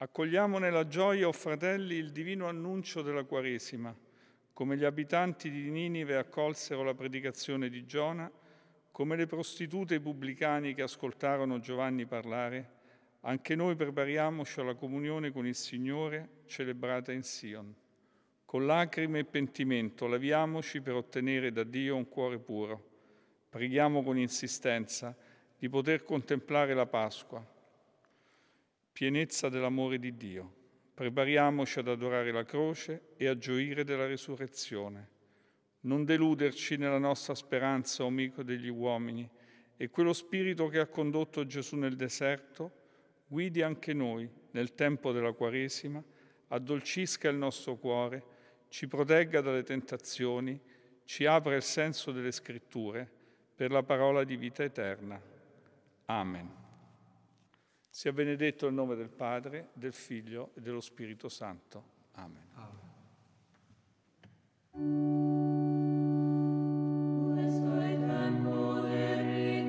Accogliamo nella gioia, o fratelli, il divino annuncio della Quaresima, come gli abitanti di Ninive accolsero la predicazione di Giona, come le prostitute e i pubblicani che ascoltarono Giovanni parlare. Anche noi prepariamoci alla comunione con il Signore, celebrata in Sion. Con lacrime e pentimento laviamoci per ottenere da Dio un cuore puro. Preghiamo con insistenza di poter contemplare la Pasqua, pienezza dell'amore di Dio. Prepariamoci ad adorare la croce e a gioire della resurrezione. Non deluderci nella nostra speranza, o amico degli uomini, e quello Spirito che ha condotto Gesù nel deserto guidi anche noi nel tempo della Quaresima, addolcisca il nostro cuore, ci protegga dalle tentazioni, ci apra il senso delle Scritture per la parola di vita eterna. Amen. Sia benedetto il nome del Padre, del Figlio e dello Spirito Santo. Amen. Questo è il tempo del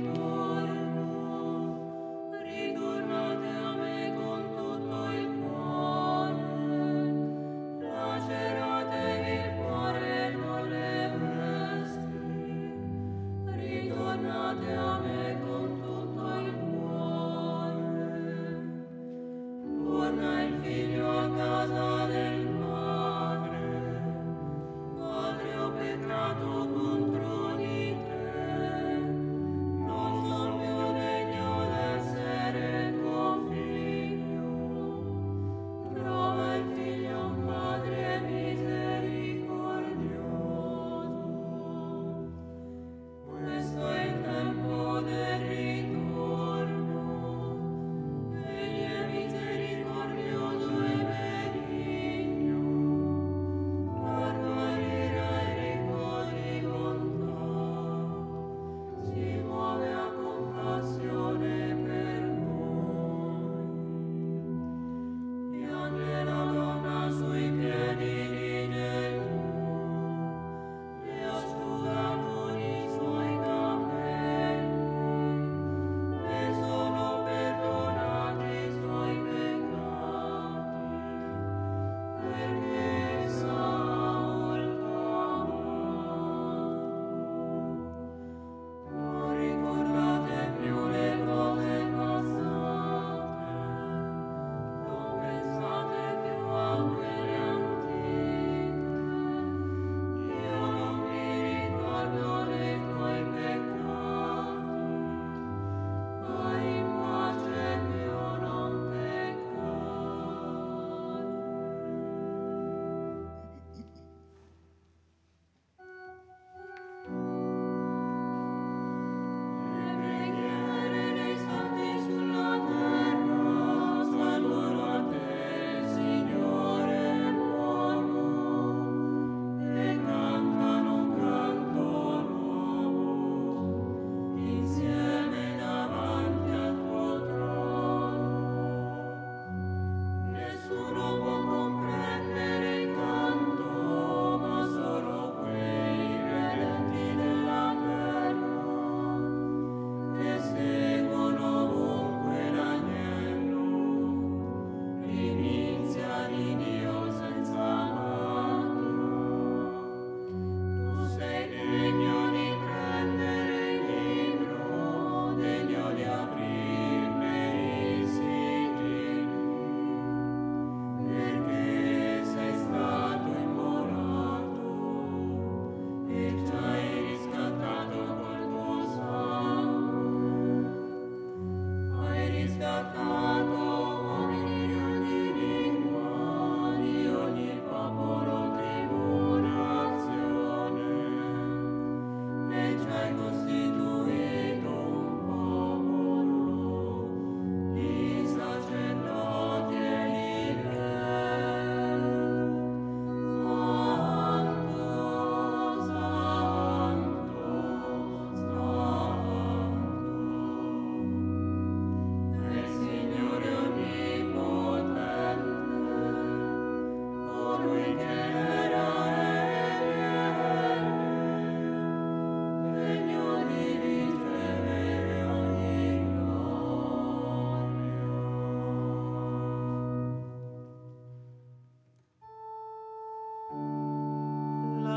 ritorno, ritornate a me con tutto il cuore, laceratevi il cuore e non le vesti, ritornate a me con tutto il cuore. Torna il figlio a casa del padre,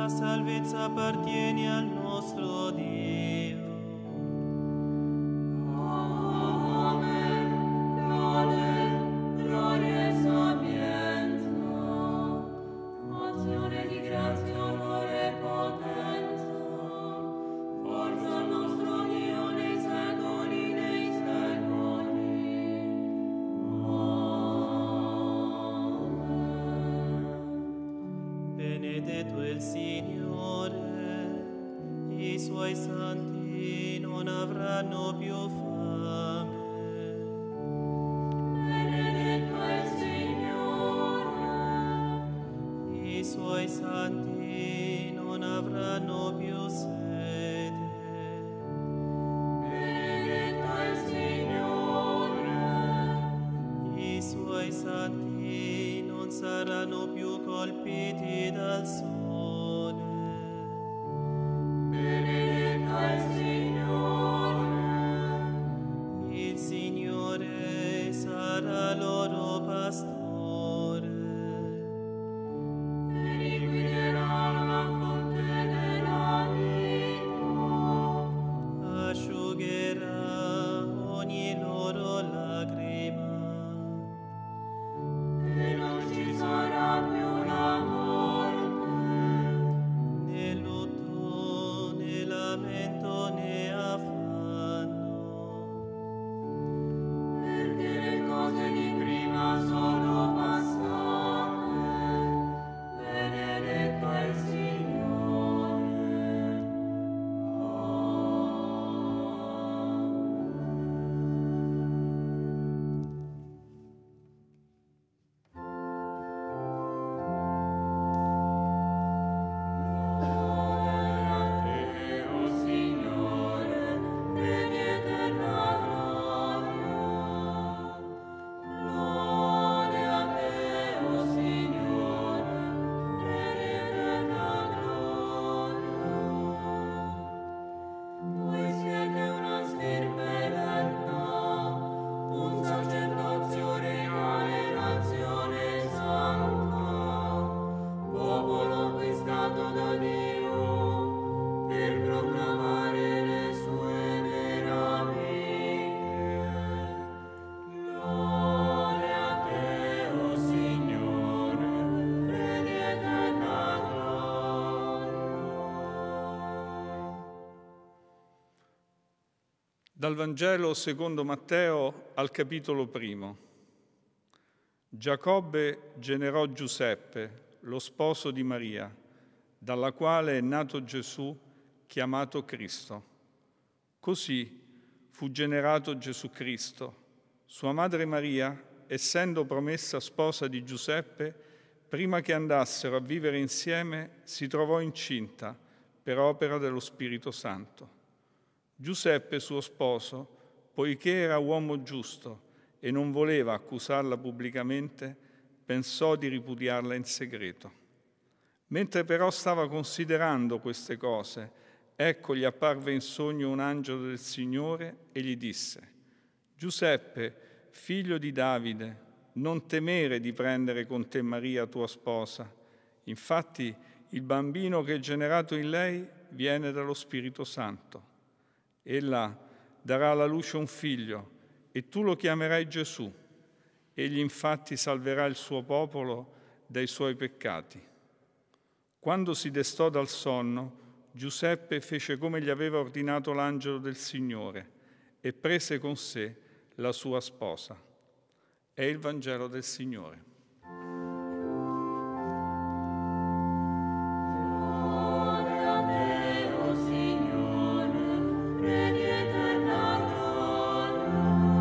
La salvezza appartiene al nostro Dio. Amen. Lode, gloria e sapienza, azione di grazia, onore e potenza, forza al nostro Dio nei secoli dei secoli. Amen. Benedetto il Signore, i suoi santi non avranno più fame. Benedetto il Signore, I suoi santi non avranno più sete. benedetto il Signore, I suoi santi non saranno più colpiti dal sole. benedetto il Signore, Il Signore sarà loro pastore. e li guiderà alla fonte della vita, Asciugherà ogni loro lacrima. e non ci sarà più la morte, Né lutto, né lamento, né affanno. perché le cose di prima sono passate. Benedetto il Signore. O Signore, vedi eterna gloria. Lode a te, o Signore, vedi eterna gloria. Voi siete una stirpe eletta, un sacerdozio reale, nazione santa, popolo acquistato da Dio, per proclamare le sue meraviglie. Lode a te, o Signore, re di eterna gloria. Dal Vangelo secondo Matteo al capitolo 1. Giacobbe generò Giuseppe, lo sposo di Maria, dalla quale è nato Gesù, chiamato Cristo. Così fu generato Gesù Cristo. Sua madre Maria, essendo promessa sposa di Giuseppe, prima che andassero a vivere insieme, si trovò incinta per opera dello Spirito Santo. Giuseppe, suo sposo, poiché era uomo giusto e non voleva accusarla pubblicamente, pensò di ripudiarla in segreto. Mentre però stava considerando queste cose, ecco gli apparve in sogno un angelo del Signore e gli disse: Giuseppe, figlio di Davide, non temere di prendere con te Maria, tua sposa. Infatti il bambino che è generato in lei viene dallo Spirito Santo. Ella darà alla luce un figlio e tu lo chiamerai Gesù. Egli infatti salverà il suo popolo dai suoi peccati. Quando si destò dal sonno, Giuseppe fece come gli aveva ordinato l'angelo del Signore e prese con sé la sua sposa. È il Vangelo del Signore. Lode a te, o Signore, re di eterna gloria.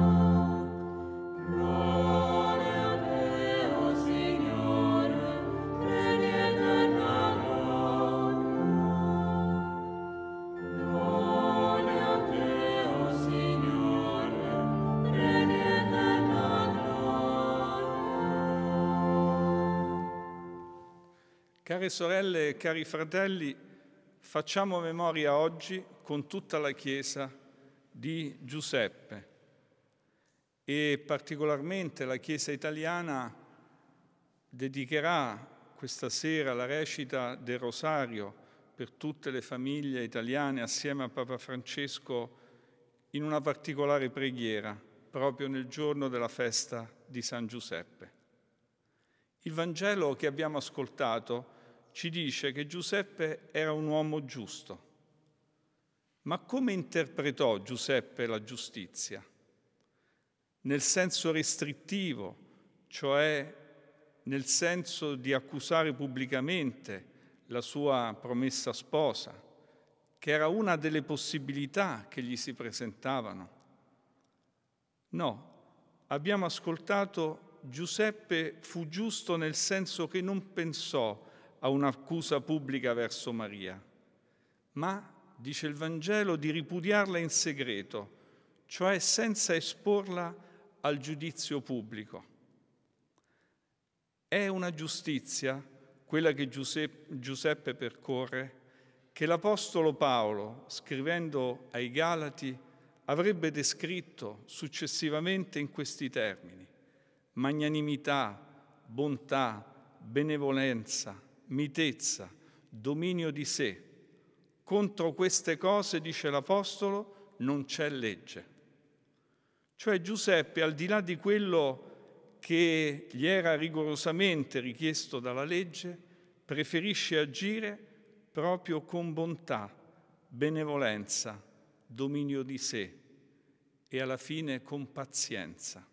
Lode a te, o Signore, re di eterna gloria. Lode a te, o Signore, re di eterna gloria. Care sorelle e cari fratelli, facciamo memoria oggi con tutta la Chiesa di Giuseppe e particolarmente la Chiesa italiana dedicherà questa sera la recita del Rosario per tutte le famiglie italiane assieme a Papa Francesco in una particolare preghiera, proprio nel giorno della festa di San Giuseppe. Il Vangelo che abbiamo ascoltato ci dice che Giuseppe era un uomo giusto. Ma come interpretò Giuseppe la giustizia? Nel senso restrittivo, cioè nel senso di accusare pubblicamente la sua promessa sposa, che era una delle possibilità che gli si presentavano? No, abbiamo ascoltato Giuseppe fu giusto nel senso che non pensò a un'accusa pubblica verso Maria, ma, dice il Vangelo, di ripudiarla in segreto, cioè senza esporla al giudizio pubblico. È una giustizia, quella che Giuseppe percorre, che l'Apostolo Paolo, scrivendo ai Galati, avrebbe descritto successivamente in questi termini: magnanimità, bontà, benevolenza, mitezza, dominio di sé. Contro queste cose, dice l'Apostolo, non c'è legge. Cioè Giuseppe, al di là di quello che gli era rigorosamente richiesto dalla legge, preferisce agire proprio con bontà, benevolenza, dominio di sé e alla fine con pazienza.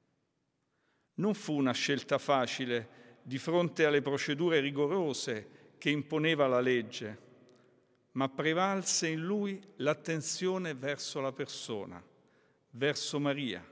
Non fu una scelta facile di fronte alle procedure rigorose che imponeva la legge, ma prevalse in lui l'attenzione verso la persona, verso Maria,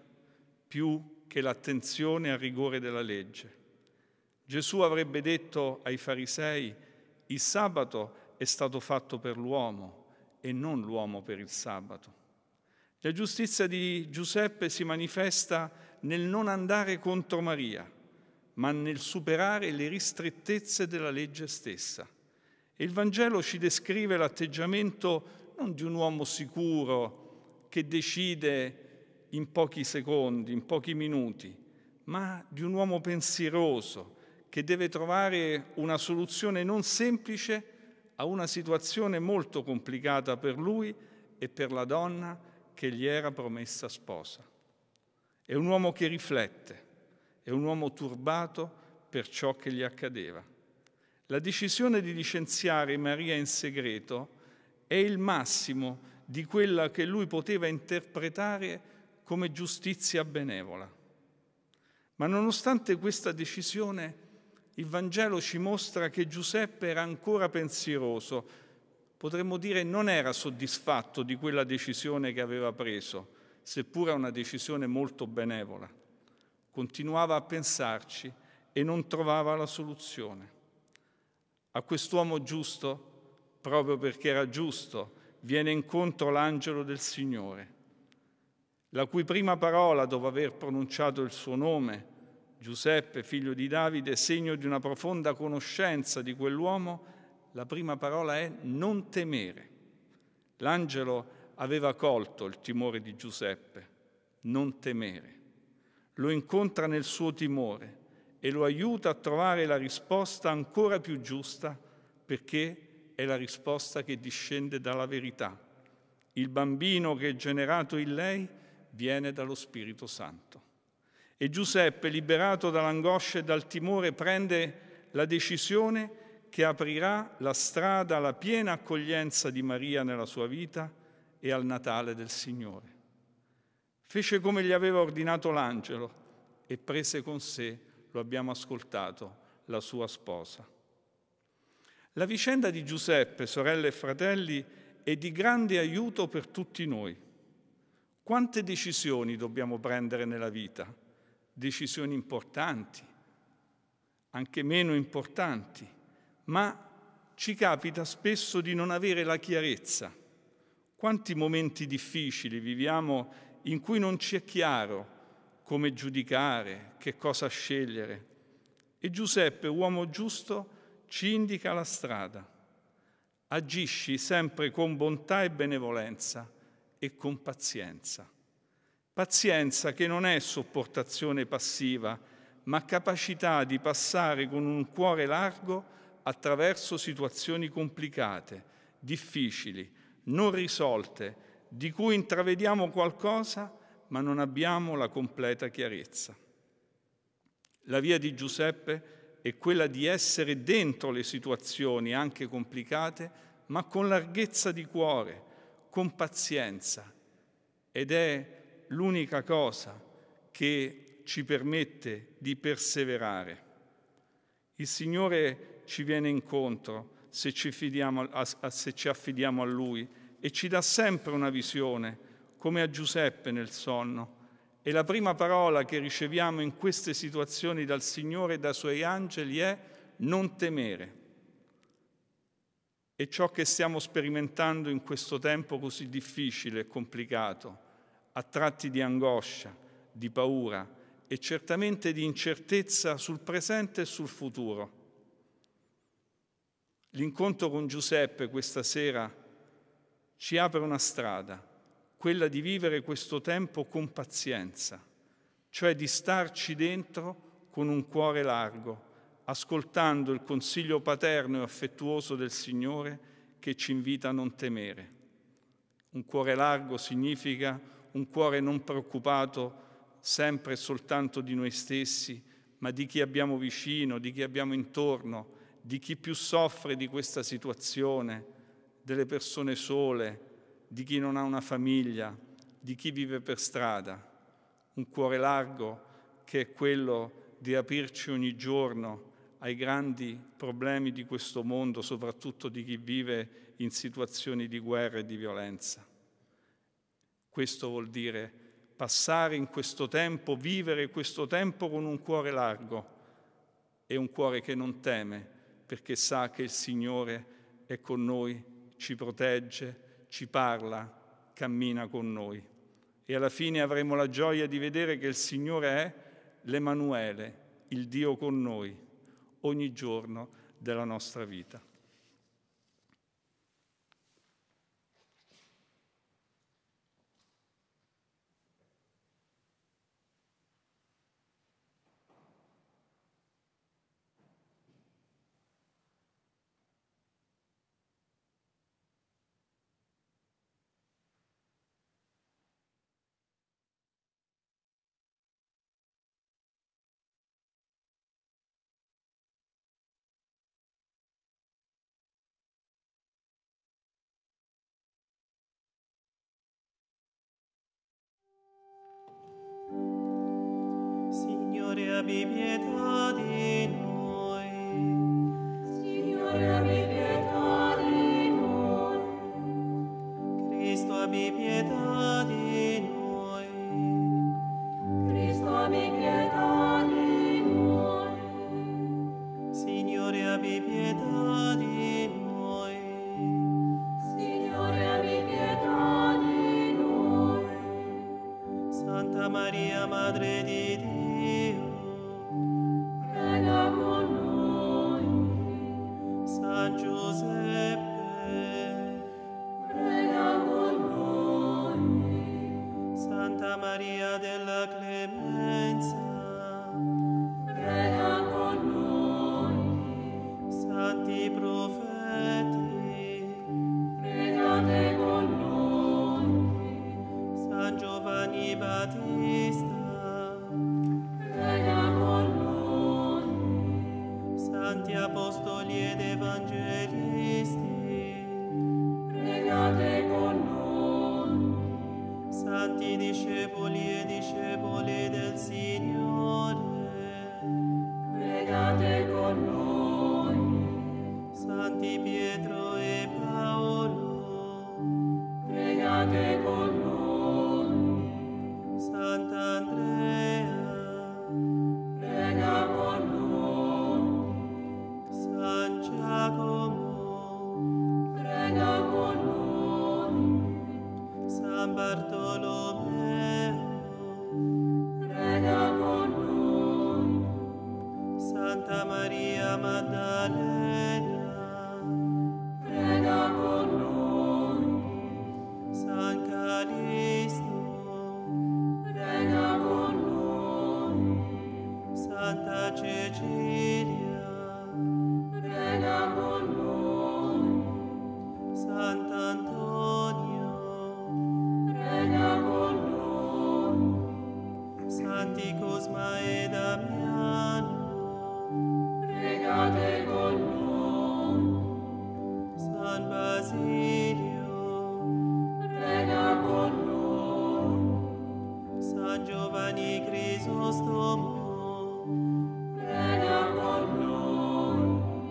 più che l'attenzione al rigore della legge. Gesù avrebbe detto ai farisei: il sabato è stato fatto per l'uomo e non l'uomo per il sabato. La giustizia di Giuseppe si manifesta nel non andare contro Maria, ma nel superare le ristrettezze della legge stessa. E il Vangelo ci descrive l'atteggiamento non di un uomo sicuro che decide in pochi secondi, in pochi minuti, ma di un uomo pensieroso che deve trovare una soluzione non semplice a una situazione molto complicata per lui e per la donna che gli era promessa sposa. È un uomo che riflette, è un uomo turbato per ciò che gli accadeva. La decisione di licenziare Maria in segreto è il massimo di quella che lui poteva interpretare come giustizia benevola. Ma nonostante questa decisione, il Vangelo ci mostra che Giuseppe era ancora pensieroso, potremmo dire non era soddisfatto di quella decisione che aveva preso, seppure una decisione molto benevola. Continuava a pensarci e non trovava la soluzione. A quest'uomo giusto, proprio perché era giusto, viene incontro l'angelo del Signore, la cui prima parola, dopo aver pronunciato il suo nome, Giuseppe, figlio di Davide, segno di una profonda conoscenza di quell'uomo, la prima parola è non temere. L'angelo aveva colto il timore di Giuseppe, non temere. Lo incontra nel suo timore e lo aiuta a trovare la risposta ancora più giusta, perché è la risposta che discende dalla verità. Il bambino che è generato in lei viene dallo Spirito Santo. E Giuseppe, liberato dall'angoscia e dal timore, prende la decisione che aprirà la strada alla piena accoglienza di Maria nella sua vita e al Natale del Signore. Fece come gli aveva ordinato l'angelo e prese con sé, lo abbiamo ascoltato, la sua sposa. La vicenda di Giuseppe, sorelle e fratelli, è di grande aiuto per tutti noi. Quante decisioni dobbiamo prendere nella vita? Decisioni importanti, anche meno importanti, ma ci capita spesso di non avere la chiarezza. Quanti momenti difficili viviamo in cui non ci è chiaro come giudicare, che cosa scegliere. E Giuseppe, uomo giusto, ci indica la strada. Agisci sempre con bontà e benevolenza e con pazienza. Pazienza che non è sopportazione passiva, ma capacità di passare con un cuore largo attraverso situazioni complicate, difficili, non risolte, di cui intravediamo qualcosa, ma non abbiamo la completa chiarezza. La via di Giuseppe è quella di essere dentro le situazioni anche complicate, ma con larghezza di cuore, con pazienza, ed è l'unica cosa che ci permette di perseverare. Il Signore ci viene incontro se ci affidiamo a Lui e ci dà sempre una visione, come a Giuseppe nel sonno. E la prima parola che riceviamo in queste situazioni dal Signore e dai Suoi angeli è non temere. E ciò che stiamo sperimentando in questo tempo così difficile e complicato, a tratti di angoscia, di paura e certamente di incertezza sul presente e sul futuro. L'incontro con Giuseppe questa sera ci apre una strada, quella di vivere questo tempo con pazienza, cioè di starci dentro con un cuore largo, ascoltando il consiglio paterno e affettuoso del Signore che ci invita a non temere. Un cuore largo significa un cuore non preoccupato sempre e soltanto di noi stessi, ma di chi abbiamo vicino, di chi abbiamo intorno, di chi più soffre di questa situazione, delle persone sole, di chi non ha una famiglia, di chi vive per strada. Un cuore largo che è quello di aprirci ogni giorno ai grandi problemi di questo mondo, soprattutto di chi vive in situazioni di guerra e di violenza. Questo vuol dire passare in questo tempo, vivere questo tempo con un cuore largo e un cuore che non teme, perché sa che il Signore è con noi, ci protegge, ci parla, cammina con noi. E alla fine avremo la gioia di vedere che il Signore è l'Emanuele, il Dio con noi, ogni giorno della nostra vita. Signore, abbi pietà di noi. Signore, abbi pietà di noi. Cristo, abbi pietà di noi. Cristo, abbi pietà di noi. Signore, abbi pietà di noi. Signore, abbi pietà di noi. Santa Maria, Madre di Dio, Prega con noi. San Giuseppe, Prega con noi. Santa Maria della Clemenza, Prega con noi. Santi Profeti, Pregate con noi. San Giovanni Battista, Prega con noi. Santi Apostoli ed Evangelisti, Pregate con noi. Santi discepoli e discepole del Signore, Pregate con noi. Santi Pietro e Paolo, Pregate con noi. Sant'Andrea, Prega con noi. San Giacomo, Prega con noi. San Bartolomeo, Prega con noi. Santa Maria Maddalena, Prega con noi. San Calisto, Prega con noi. Santa Cecilia, prega con noi. Sant'Antonio, Prega con noi. Santi Cosma e Damiano, Pregate con noi. San Basilio, Prega con noi. San Giovanni Crisostomo, Prega con noi.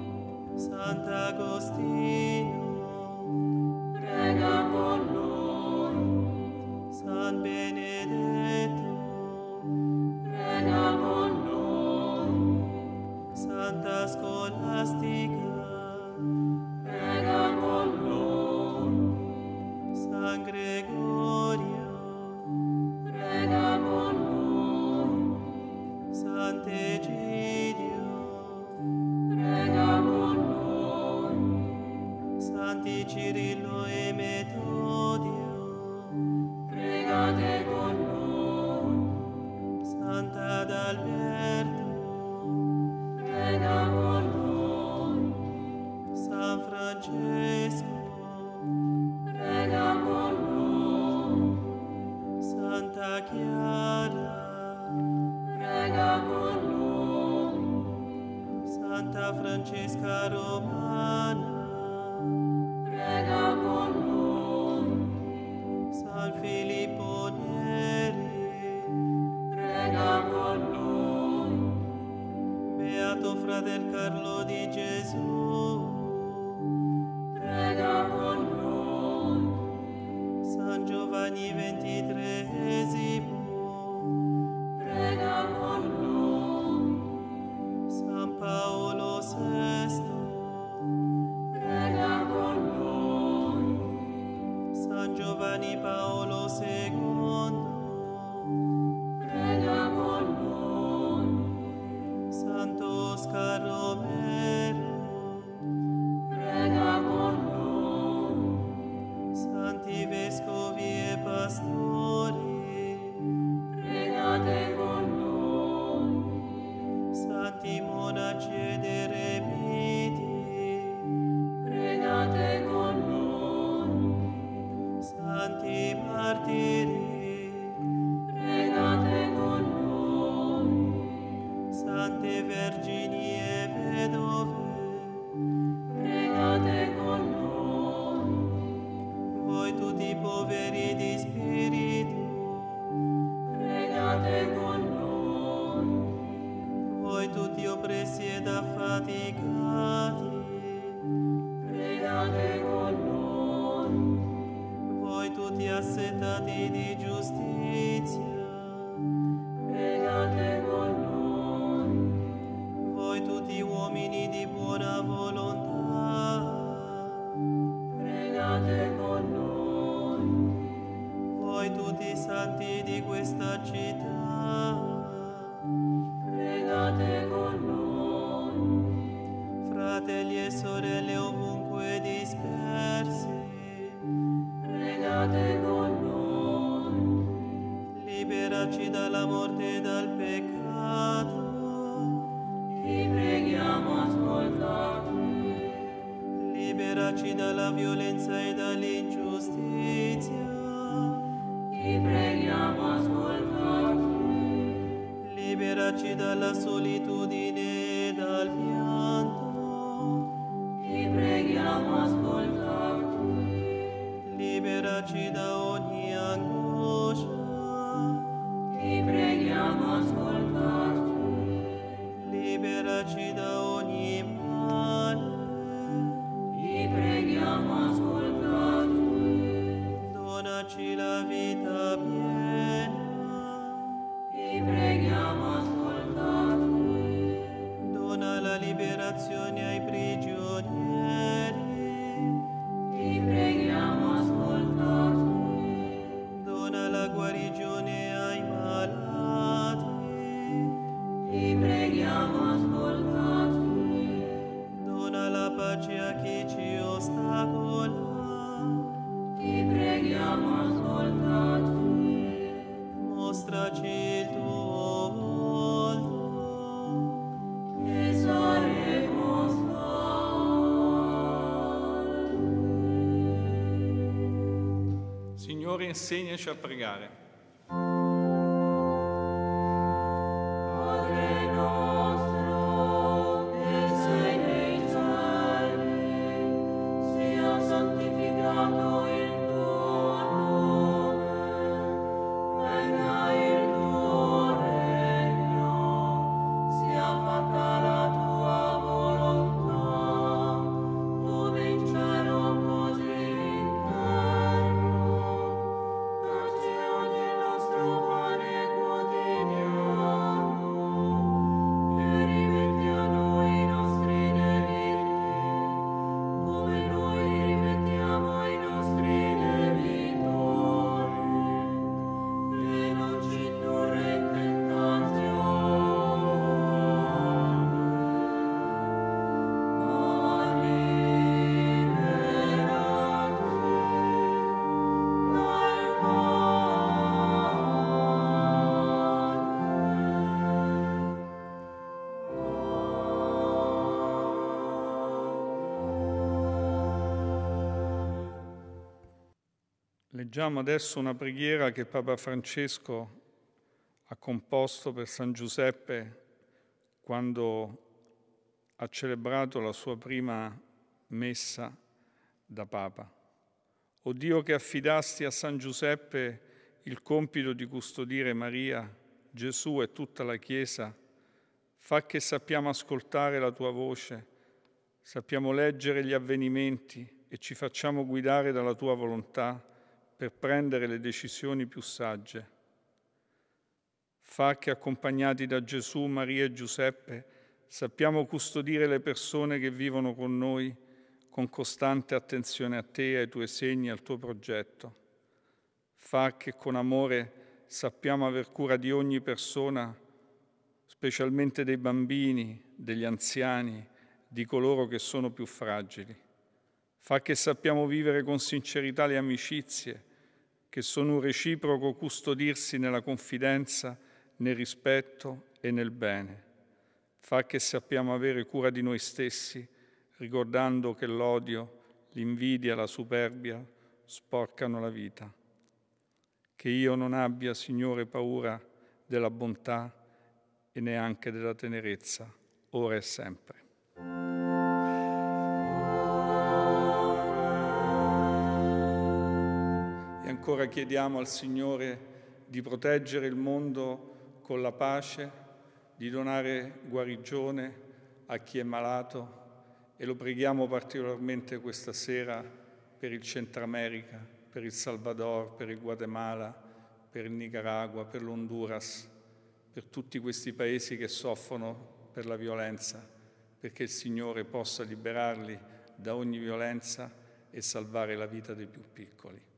Sant'Agostino, Prega con noi. San Benedetto, Prega con noi. Santa Scolastica, Prega con noi. San Gregorio, Prega con noi. Sant'Egidio, Prega con noi. Santi Cirillo e Metodio, Pregate con noi. Sant'Adalberto, Prega con noi. San Francesco, Prega con noi. Santa Chiara, Prega con noi. Santa Francesca Romana, Prega con noi. San Filippo Neri, Prega con noi. Beato Fratel Carlo di Gesù, Prega con noi. San Giovanni XXIII, Prega con noi. San Paolo VI, Prega con noi. San Giovanni Paolo II, Prega con noi. Santo Oscar Romero, Prega con noi. Santi Vescovi e Pastori, Pregate con noi. Santi Monaci ed Eremiti, Pregate con noi. Santi Martiri, Pregate con noi. Sante Vergini e Vedove, Pregate con noi. voi tutti poveri di spirito, Pregate con noi. voi tutti oppressi ed affaticati, Pregate con noi. voi tutti assetati di giustizia, Pregate con noi. voi tutti uomini di buona volontà, Pregate con noi. voi tutti santi di questa città, Pregate con noi. fratelli e sorelle ovunque dispersi, Pregate con noi. liberaci dalla morte e dal peccato, Ti preghiamo, ascoltaci. liberaci dalla violenza e dall'ingiustizia, Ti preghiamo, ascoltaci. liberaci dalla solitudine e dal pianto, Ti preghiamo, ascoltaci. liberaci da ogni angoscia, Ti preghiamo, ascoltaci. liberaci da ogni male, Ti preghiamo, ascoltaci. donaci la vita piena, Ti preghiamo, ascoltaci. dona la liberazione ai prigionieri, Ti preghiamo, ascoltaci. dona la guarigione ai malati, Ti preghiamo, ascoltaci. dona la pace a chi ci ostacola, Ti preghiamo, ascoltaci. mostraci il tuo volto, Signore, insegnaci a pregare. Padre nostro, che sei nei cieli, sia santificato il tuo nome, venga il tuo regno, sia fatta la tua volontà, come in cielo così in terra. Dacci oggi il nostro pane quotidiano e rimetti a noi i nostri debiti, come noi li rimettiamo ai nostri debitori, e non ci indurre in tentazione, ma liberaci dal male. Leggiamo adesso una preghiera che Papa Francesco ha composto per San Giuseppe quando ha celebrato la sua prima messa da Papa. O Dio, che affidasti a San Giuseppe il compito di custodire Maria, Gesù e tutta la Chiesa, fa che sappiamo ascoltare la tua voce, sappiamo leggere gli avvenimenti e ci facciamo guidare dalla tua volontà per prendere le decisioni più sagge. Fa che, accompagnati da Gesù, Maria e Giuseppe, sappiamo custodire le persone che vivono con noi con costante attenzione a te, ai tuoi segni, al tuo progetto. Fa che con amore sappiamo aver cura di ogni persona, specialmente dei bambini, degli anziani, di coloro che sono più fragili. Fa che sappiamo vivere con sincerità le amicizie, che sono un reciproco custodirsi nella confidenza, nel rispetto e nel bene. Fa che sappiamo avere cura di noi stessi, ricordando che l'odio, l'invidia, la superbia sporcano la vita. Che io non abbia, Signore, paura della bontà e neanche della tenerezza, ora e sempre. E ancora chiediamo al Signore di proteggere il mondo con la pace, di donare guarigione a chi è malato, e lo preghiamo particolarmente questa sera per il Centro America, per il Salvador, per il Guatemala, per il Nicaragua, per l'Honduras, per tutti questi paesi che soffrono per la violenza, perché il Signore possa liberarli da ogni violenza e salvare la vita dei più piccoli.